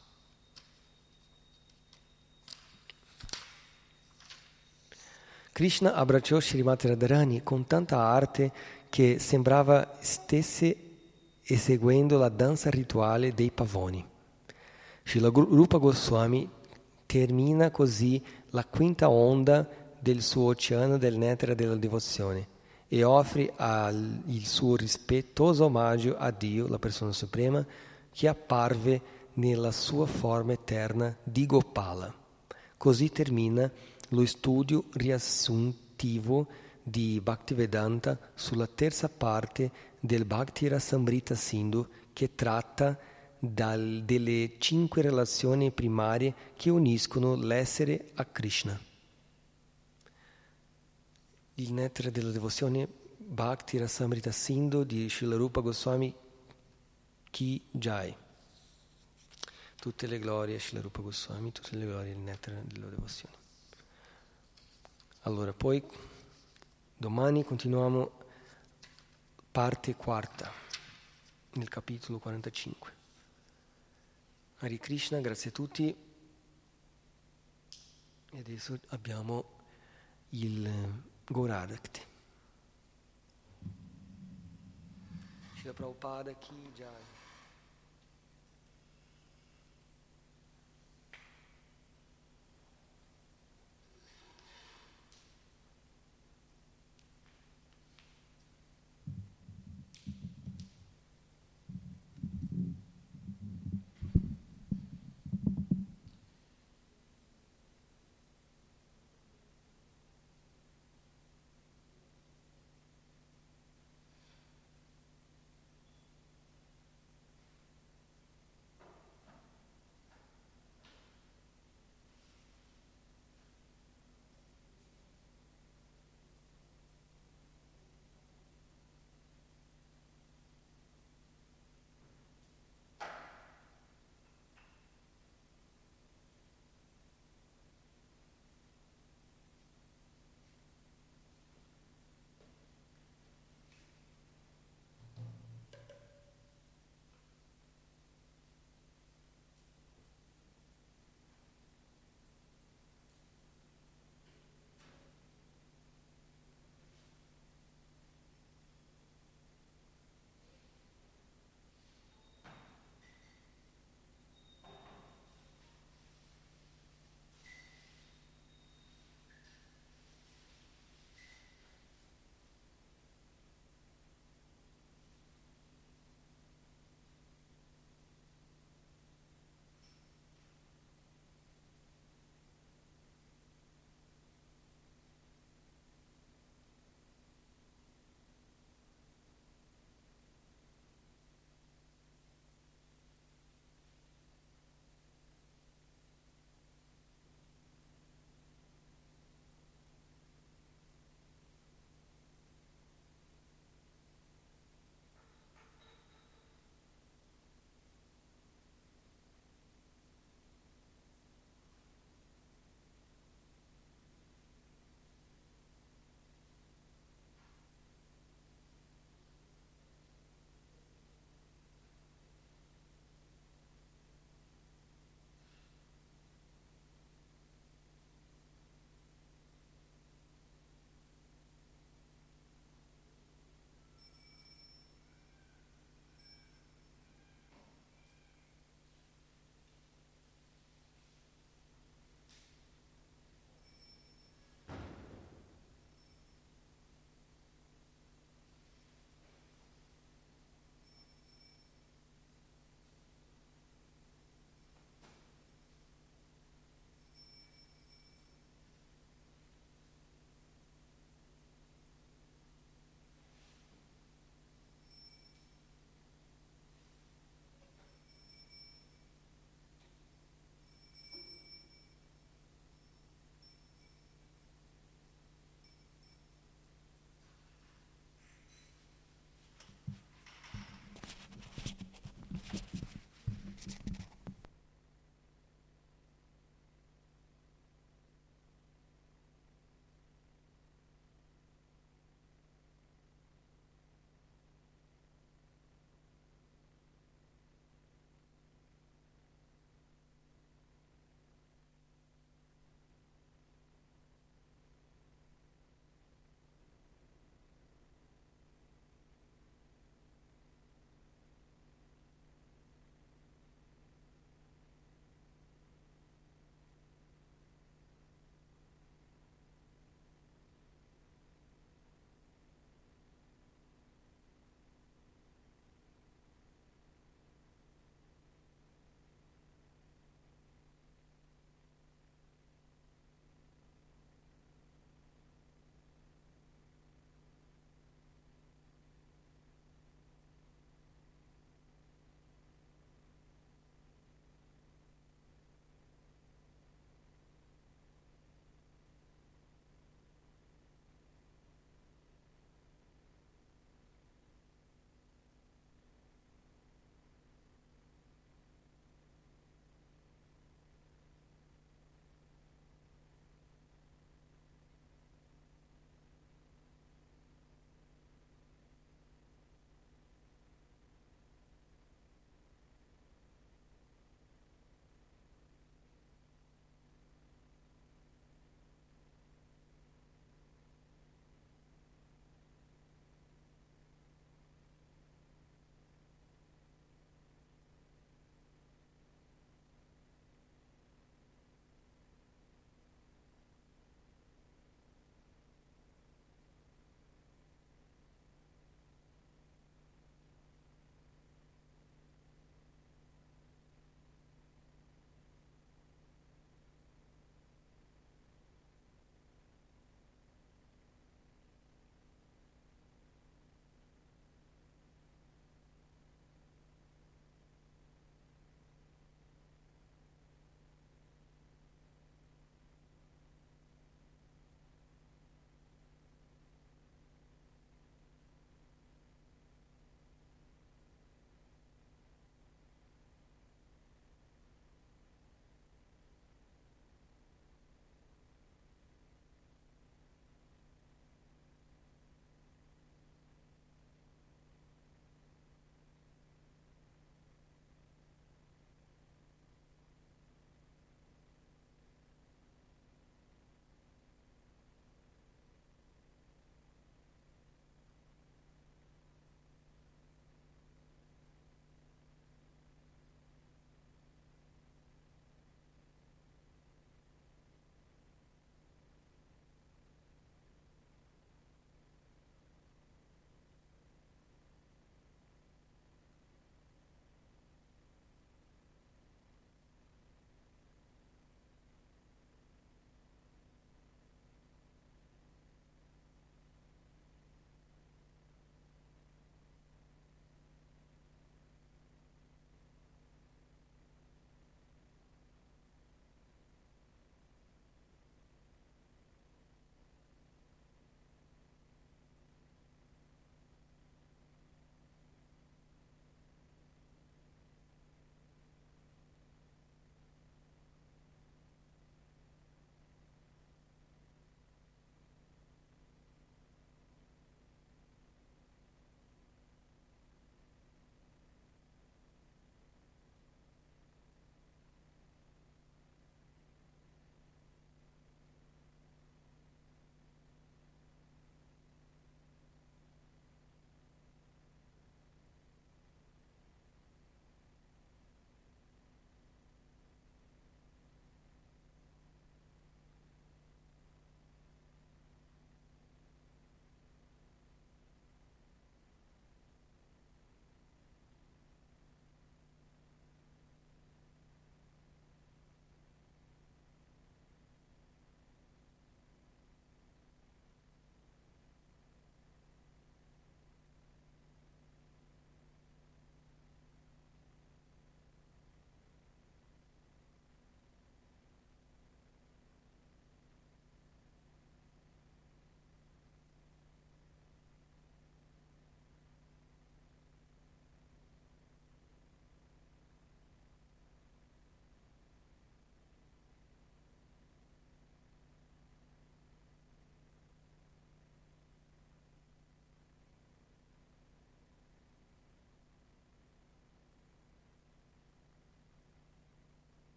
Krishna abbracciò Srimati Radharani con tanta arte che sembrava stesse eseguendo la danza rituale dei pavoni. Srila Rupa Goswami termina così la quinta onda del suo oceano del nettare della devozione e offre al, il suo rispettoso omaggio a Dio, la persona suprema, che apparve nella sua forma eterna di Gopala. Così termina lo studio riassuntivo di Bhaktivedanta sulla terza parte del Bhakti Rasamrita Sindhu, che tratta dal, delle cinque relazioni primarie che uniscono l'essere a Krishna. Il nettare della devozione Bhakti Rasamrita Sindhu di Srila Rupa Goswami Ki Jai. Tutte le glorie a Srila Rupa Goswami, tutte le glorie al nettare della devozione. Allora, poi domani continuiamo parte quarta, nel capitolo quarantacinque. Hare Krishna, grazie a tutti. E adesso abbiamo il Gauradakti. Srila Prabhupada Ki Jai.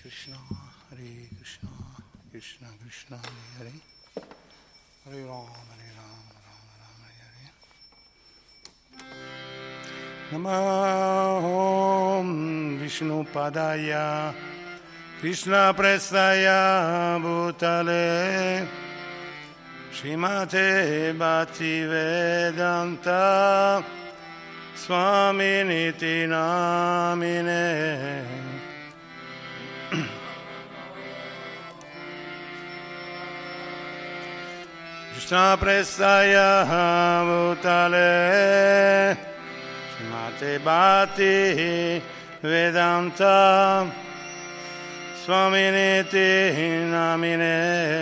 Krishna, Hare Krishna, Krishna Krishna, Hare Hare, Hare Rama, Hare Rama, Rama Rama, Hare Hare. Namah Vishnu Padaya, Krishna Prestaya Bhutale, Srimate Bhaktivedanta Swaminiti Namine. Krishna Prestaya Bhutale, Srimate Bhakti Vedanta Swaminiti Namine.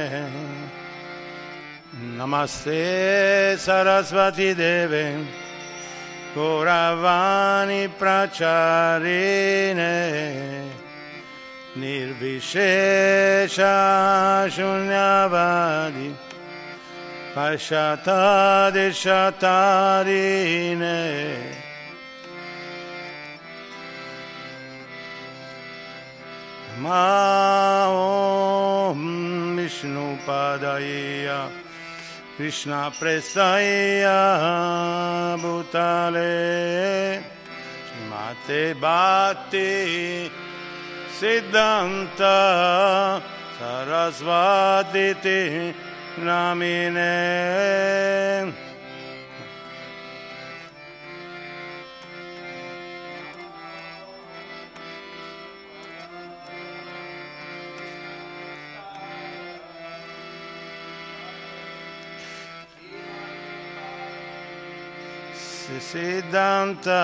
Namaste Sarasvati Deve Gauravani Pracharine Nirvishesha Shunyavadi Pashatadishatarine. Om Vishnu Padaya Krishna Prestaya Bhutale, Srimate Bhakti Siddhanta Sarasvati Namine. Siddhanta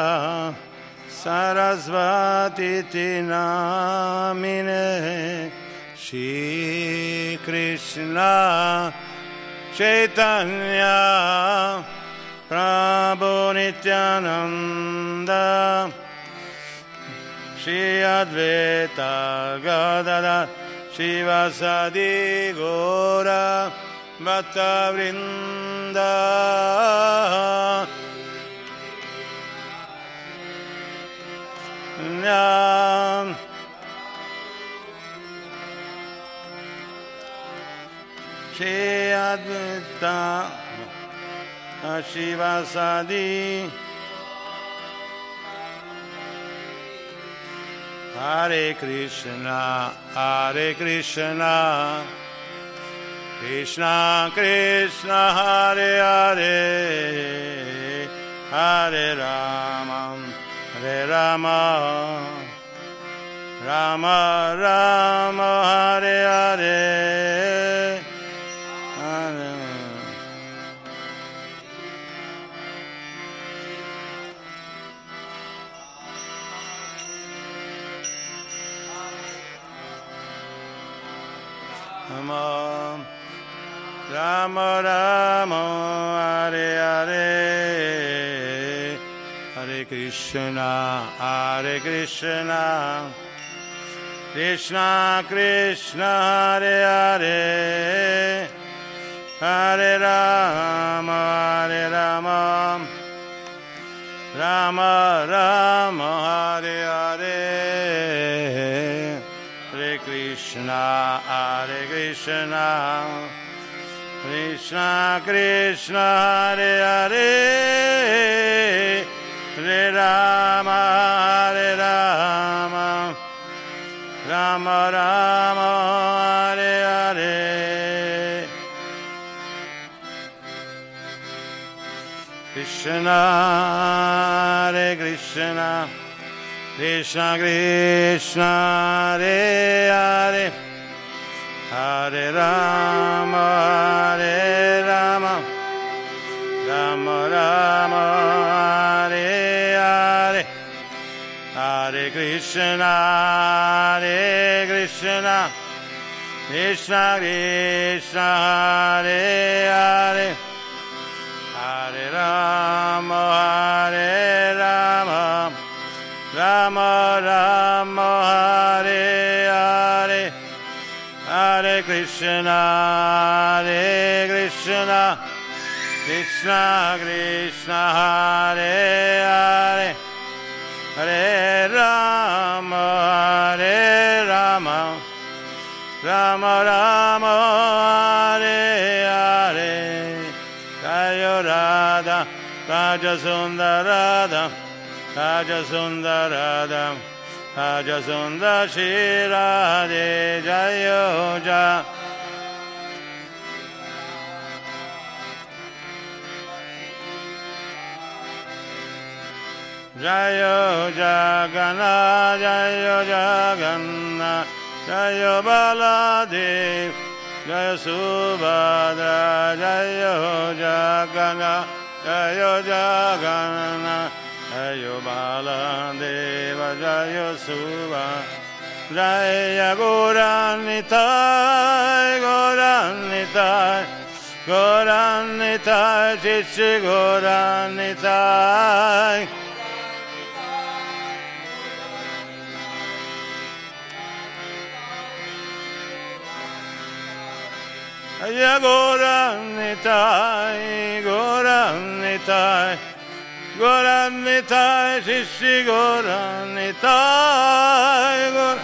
Sarasvati Namine. Shri Krishna Chaitanya Prabhu Nityananda Shri Advaita Gadadhar Shivasadi Gaura Bhatta Vrinda. Shri Advaita Shivasadi Hare Krishna, Hare Krishna, Krishna Krishna, Hare Hare, Hare Rama, Hare Rama, Rama Rama, Hare Hare, Hare. Rama Rama Rama, Hare Hare, Hare Krishna, Hare Krishna, Krishna Krishna, Hare Hare, Hare Rama, Hare Rama, Rama Rama, Hare Hare, Hare Krishna, Hare Krishna, Krishna Krishna, Hare Hare, Hare Rama, Hare Rama, Rama Rama, Hare Hare. Krishna, Hare Krishna, Krishna Krishna, Hare Hare, Hare Rama, Hare Rama, Rama Rama, Hare Hare, Hare Krishna, Hare Krishna, Krishna Krishna, Hare Hare, Hare Rama, Hare Rama, Rama Rama, Hare Hare, Hare Krishna, Hare Krishna, Krishna Krishna, Hare Hare, Hare Rama, Hare Rama, Rama Rama Hare Hare Jaya Radha Raja Sundarada Raja Sundarada Raja Sundar Shri Radhe Jaya Jaya Jaya Jagana Jaya Jagana Jaya Baladev Jaya Subhadra Jaya Jagana Jaya Jagana Jaya Baladeva Jaya Subhadra Jaya Goranitai Goranitai Goranitai Chichi Goranitai Jaya Goranitai, Goranitai, Goranitai, Shishi Goranitai, Gor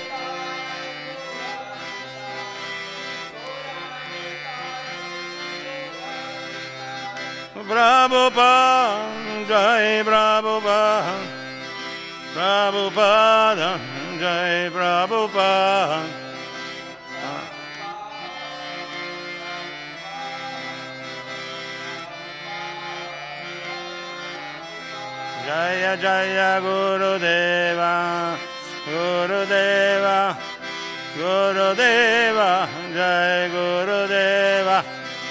Prabhupada, Jai Prabhupada, Prabhupada, Jai Prabhupada. Jaya Jaya Gurudeva, Gurudeva, Gurudeva, Jaya Gurudeva.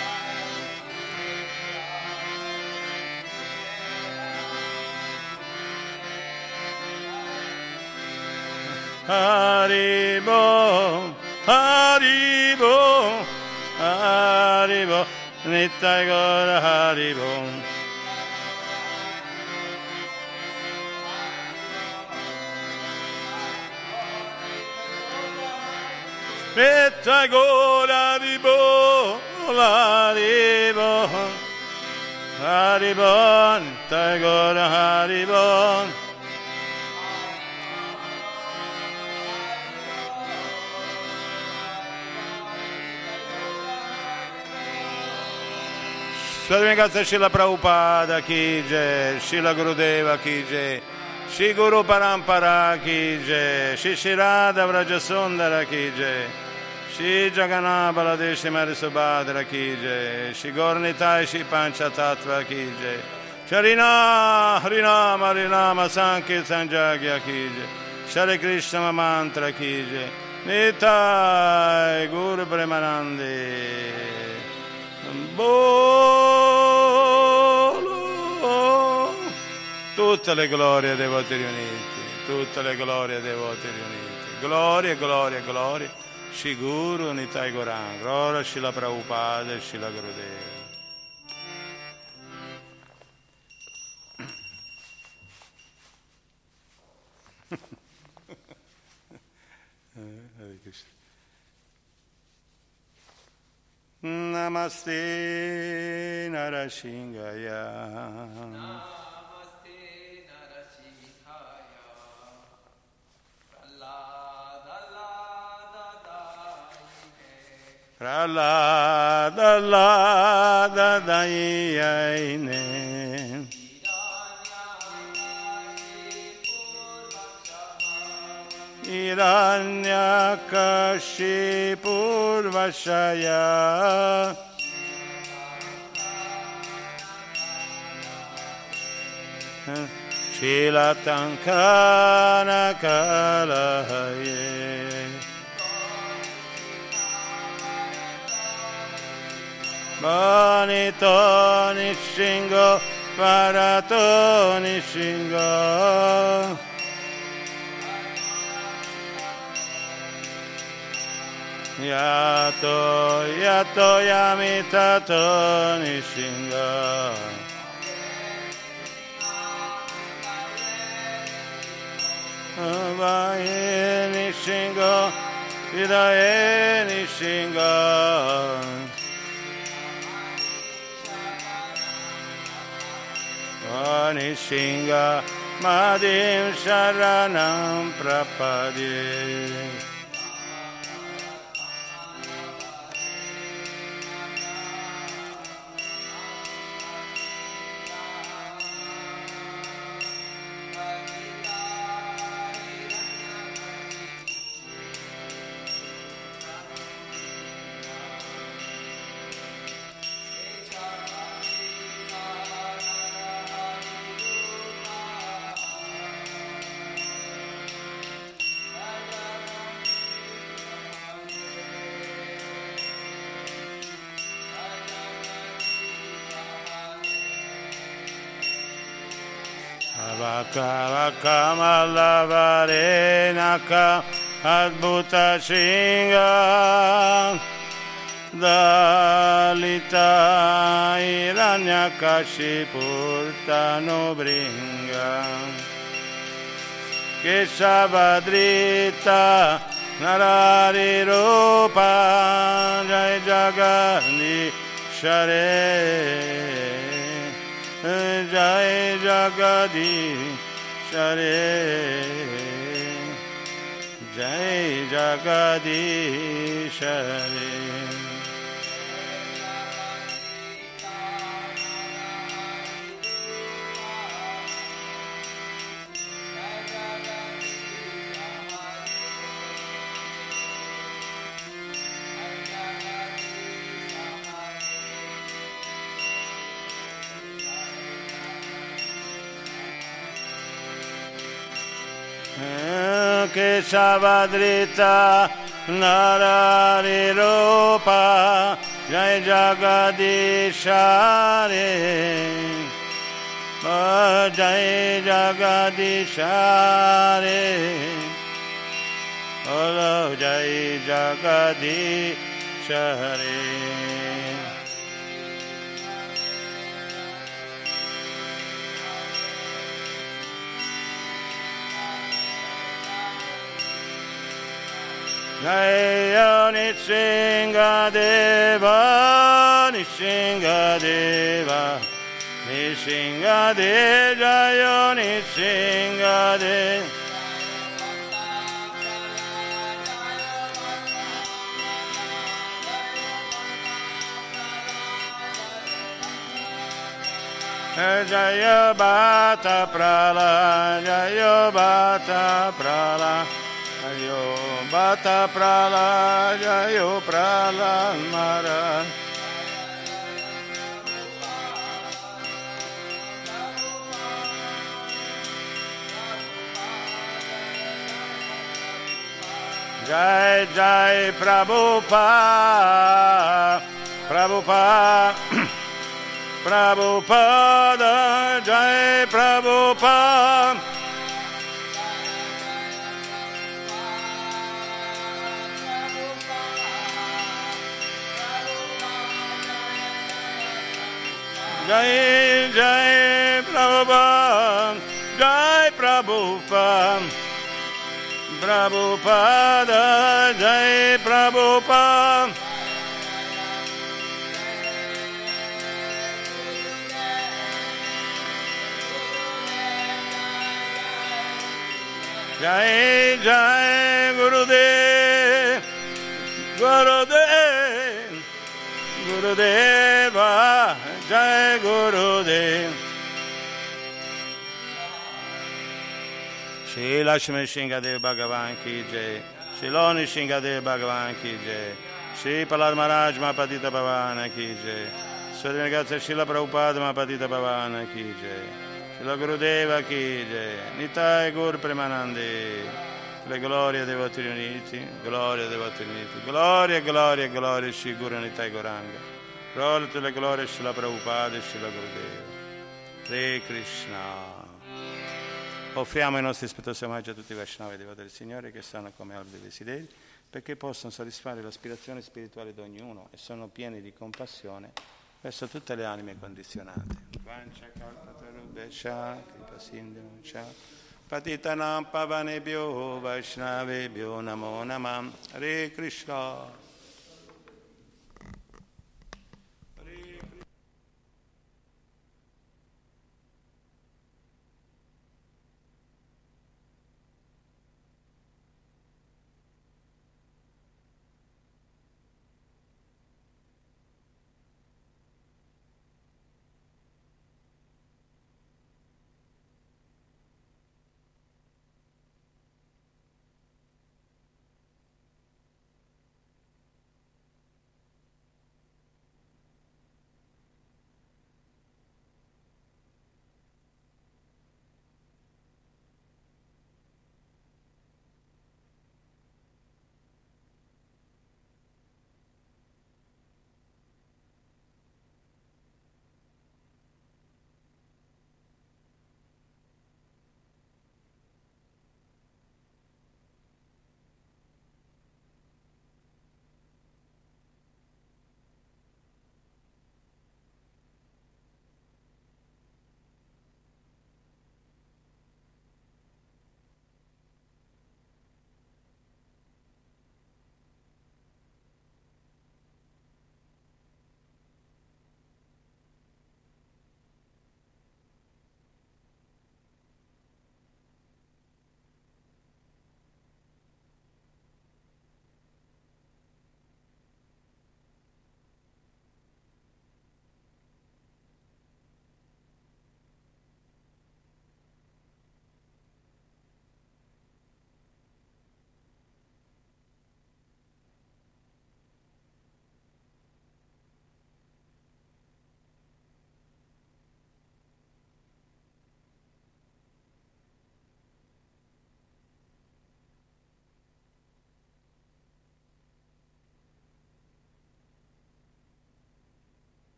Haribo, Haribo, Haribo, Nittai Gaura Haribo. Nittai Gaura Haribo, Haribo, Haribo, Nittai Gaura Haribo. Sadhvingazza Srila Prabhupada Ki Jai, Srila Gurudeva Ki Jai, Shri Guru Parampara Ki Jai, Shri Shri Radha Vraja Sundara Ki Jai, Shri Jagannath Baladev Shri Mari Subhadra Ki Jai, Shri Gornitai Shri Pancha Tattva Ki Jai, Sharina Harinama Harinama Sankirtan Jagya Ki Jai, Shri Krishna Mantra Ki Jai, Nitai Guru Premanande. Bolo. Tutte le glorie dei voti riuniti, tutte le glorie dei voti riuniti, glorie, glorie, glorie, Shri Guru Nitai Gauranga, gloria Srila Prabhupada e Srila Gurudeva. Namaste Narasingaya. Namaste Narasingaya. Pralada Lada Dayaine. Hiranyakashipurvashaya Shilatankana Kalahaye Banito Nishingo Parato Nishingo Yato Yato Yamitato Nishingo Vaye Nishingo Vidaye Nishingo Vanishinga Madim Sharanam Prapade Vaka vaka malavarena adbhuta shinga Dalita Hiranyakashipurtano bringa Keshavadrita Narari Rupa Jai Jagani Share Jai Jagadi Share Jai Jagadi Share Keshavadrita Narari Rupa Jai Jagadishare Jai Jagadishare Olo Jai Jagadishare Jaya Nishingadeva, Nishingadeva, Nishingadeva, Jaya Nishingadeva. Jaya Bata Prala, Jaya Bata Prala. Jayo Bata Prala, Jayo Prala Mara. Jai Jai Prabhupada, Prabhupada, Prabhupada, Jai Prabhupada. Jai Jai Prabhupada, Jai Prabhupada, Prabhupada, Jai Prabhupada. Jai Jai Gurudev, Gurudev, Gurudeva, Jai Gurudev. Shri Lakshmi Shingadev Bhagavan ki jai, Shri Loni Shingadev Bhagavan ki jai, Shri Prahlad Maharaj Mahapatita Bhavana ki jai, Sua Grazia Srila Prabhupada Mahapatita Bhavana ki jai, Shri Gurudeva ki jai, Nitai Gur Premanande. Le glorie dei voti riuniti, gloria dei voti riuniti, gloria, gloria, gloria, Shri Guru Nitai Goranga. Gloria tutte le glorie, Shri Prabhupada e Shri Gurudeva. Hare Krishna. Offriamo i nostri rispettosi omaggi a tutti i Vaishnava e devoti del Signore che stanno come alberi dei desideri, perché possano soddisfare l'aspirazione spirituale di ognuno e sono pieni di compassione verso tutte le anime condizionate. Patitanam pavanebhyo Vaishnavebhyo namo namah. Hare Krishna.